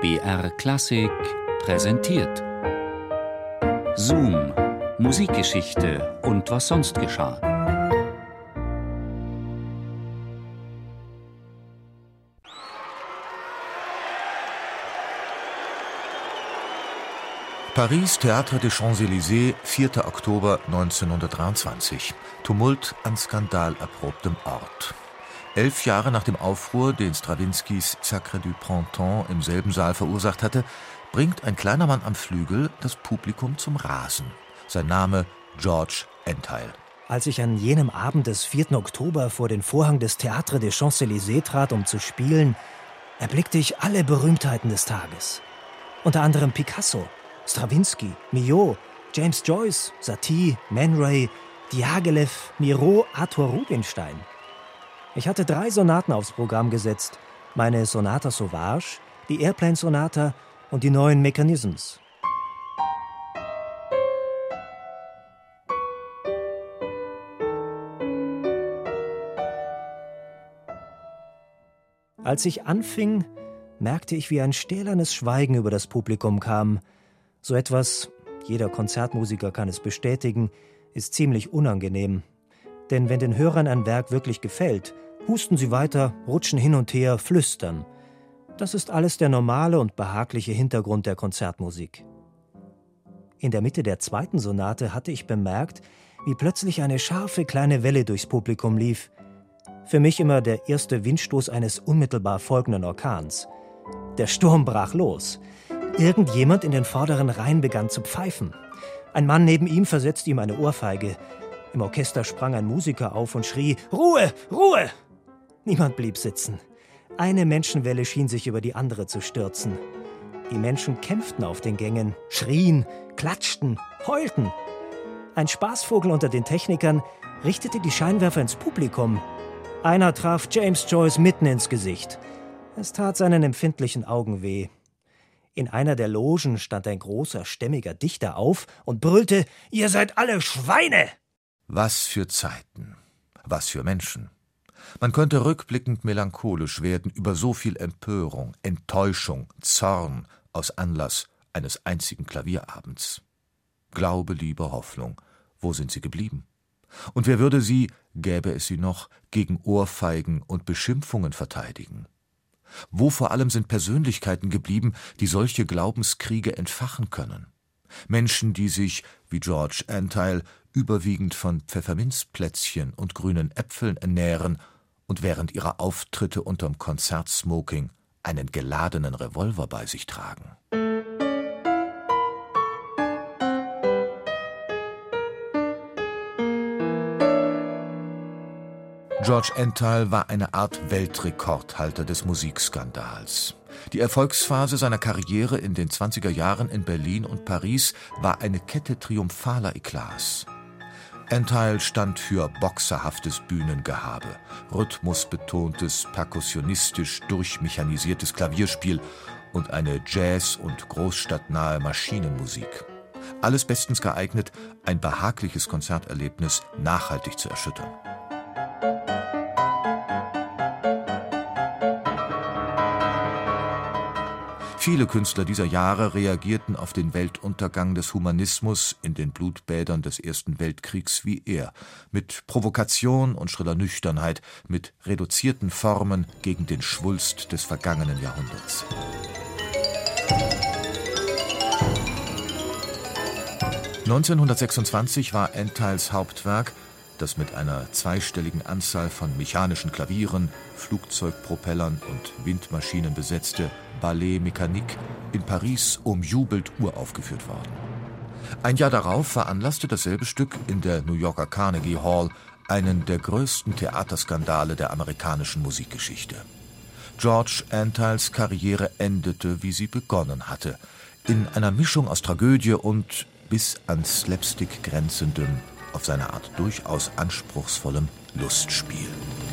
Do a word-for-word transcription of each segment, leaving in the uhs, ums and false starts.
B R Klassik präsentiert Zoom, Musikgeschichte und was sonst geschah. Paris, Théâtre des Champs-Élysées, vierter Oktober neunzehnhundertdreiundzwanzig. Tumult an skandaleerprobtem Ort. Elf Jahre nach dem Aufruhr, den Strawinskys Sacre du Printemps im selben Saal verursacht hatte, bringt ein kleiner Mann am Flügel das Publikum zum Rasen. Sein Name George Antheil. Als ich an jenem Abend des vierten Oktober vor den Vorhang des Théâtre des Champs-Élysées trat, um zu spielen, erblickte ich alle Berühmtheiten des Tages. Unter anderem Picasso, Strawinsky, Milhaud, James Joyce, Satie, Man Ray, Diaghilev, Miro, Arthur Rubinstein. Ich hatte drei Sonaten aufs Programm gesetzt. Meine Sonata Sauvage, die Airplane-Sonata und die neuen Mechanisms. Als ich anfing, merkte ich, wie ein stählernes Schweigen über das Publikum kam. So etwas, jeder Konzertmusiker kann es bestätigen, ist ziemlich unangenehm. Denn wenn den Hörern ein Werk wirklich gefällt, husten sie weiter, rutschen hin und her, flüstern. Das ist alles der normale und behagliche Hintergrund der Konzertmusik. In der Mitte der zweiten Sonate hatte ich bemerkt, wie plötzlich eine scharfe kleine Welle durchs Publikum lief. Für mich immer der erste Windstoß eines unmittelbar folgenden Orkans. Der Sturm brach los. Irgendjemand in den vorderen Reihen begann zu pfeifen. Ein Mann neben ihm versetzte ihm eine Ohrfeige. Im Orchester sprang ein Musiker auf und schrie: »Ruhe! Ruhe!« Niemand blieb sitzen. Eine Menschenwelle schien sich über die andere zu stürzen. Die Menschen kämpften auf den Gängen, schrien, klatschten, heulten. Ein Spaßvogel unter den Technikern richtete die Scheinwerfer ins Publikum. Einer traf James Joyce mitten ins Gesicht. Es tat seinen empfindlichen Augen weh. In einer der Logen stand ein großer, stämmiger Dichter auf und brüllte: »Ihr seid alle Schweine!« Was für Zeiten, was für Menschen. Man könnte rückblickend melancholisch werden über so viel Empörung, Enttäuschung, Zorn aus Anlass eines einzigen Klavierabends. Glaube, Liebe, Hoffnung, wo sind sie geblieben? Und wer würde sie, gäbe es sie noch, gegen Ohrfeigen und Beschimpfungen verteidigen? Wo vor allem sind Persönlichkeiten geblieben, die solche Glaubenskriege entfachen können? Menschen, die sich, wie George Antheil, überwiegend von Pfefferminzplätzchen und grünen Äpfeln ernähren und während ihrer Auftritte unterm Konzertsmoking einen geladenen Revolver bei sich tragen. George Antheil war eine Art Weltrekordhalter des Musikskandals. Die Erfolgsphase seiner Karriere in den zwanziger Jahren in Berlin und Paris war eine Kette triumphaler Eklats. Antheil stand für boxerhaftes Bühnengehabe, rhythmusbetontes, perkussionistisch durchmechanisiertes Klavierspiel und eine Jazz- und großstadtnahe Maschinenmusik. Alles bestens geeignet, ein behagliches Konzerterlebnis nachhaltig zu erschüttern. Viele Künstler dieser Jahre reagierten auf den Weltuntergang des Humanismus in den Blutbädern des Ersten Weltkriegs wie er, mit Provokation und schriller Nüchternheit, mit reduzierten Formen gegen den Schwulst des vergangenen Jahrhunderts. neunzehnhundertsechsundzwanzig war Antheils Hauptwerk, das mit einer zweistelligen Anzahl von mechanischen Klavieren, Flugzeugpropellern und Windmaschinen besetzte Ballet Mécanique, in Paris umjubelt uraufgeführt worden. Ein Jahr darauf veranlasste dasselbe Stück in der New Yorker Carnegie Hall einen der größten Theaterskandale der amerikanischen Musikgeschichte. George Antheils Karriere endete, wie sie begonnen hatte, in einer Mischung aus Tragödie und bis an Slapstick grenzendem, auf seine Art durchaus anspruchsvollem Lustspiel.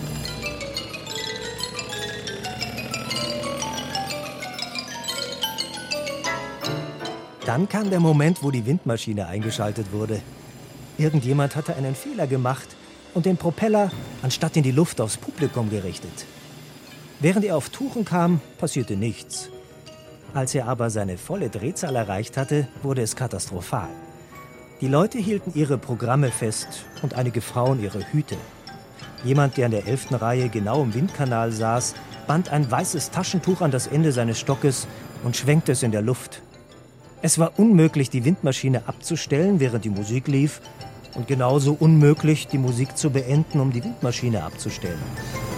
Dann kam der Moment, wo die Windmaschine eingeschaltet wurde. Irgendjemand hatte einen Fehler gemacht und den Propeller anstatt in die Luft aufs Publikum gerichtet. Während er auf Touren kam, passierte nichts. Als er aber seine volle Drehzahl erreicht hatte, wurde es katastrophal. Die Leute hielten ihre Programme fest und einige Frauen ihre Hüte. Jemand, der in der elften Reihe genau im Windkanal saß, band ein weißes Taschentuch an das Ende seines Stockes und schwenkte es in der Luft. Es war unmöglich, die Windmaschine abzustellen, während die Musik lief, und genauso unmöglich, die Musik zu beenden, um die Windmaschine abzustellen.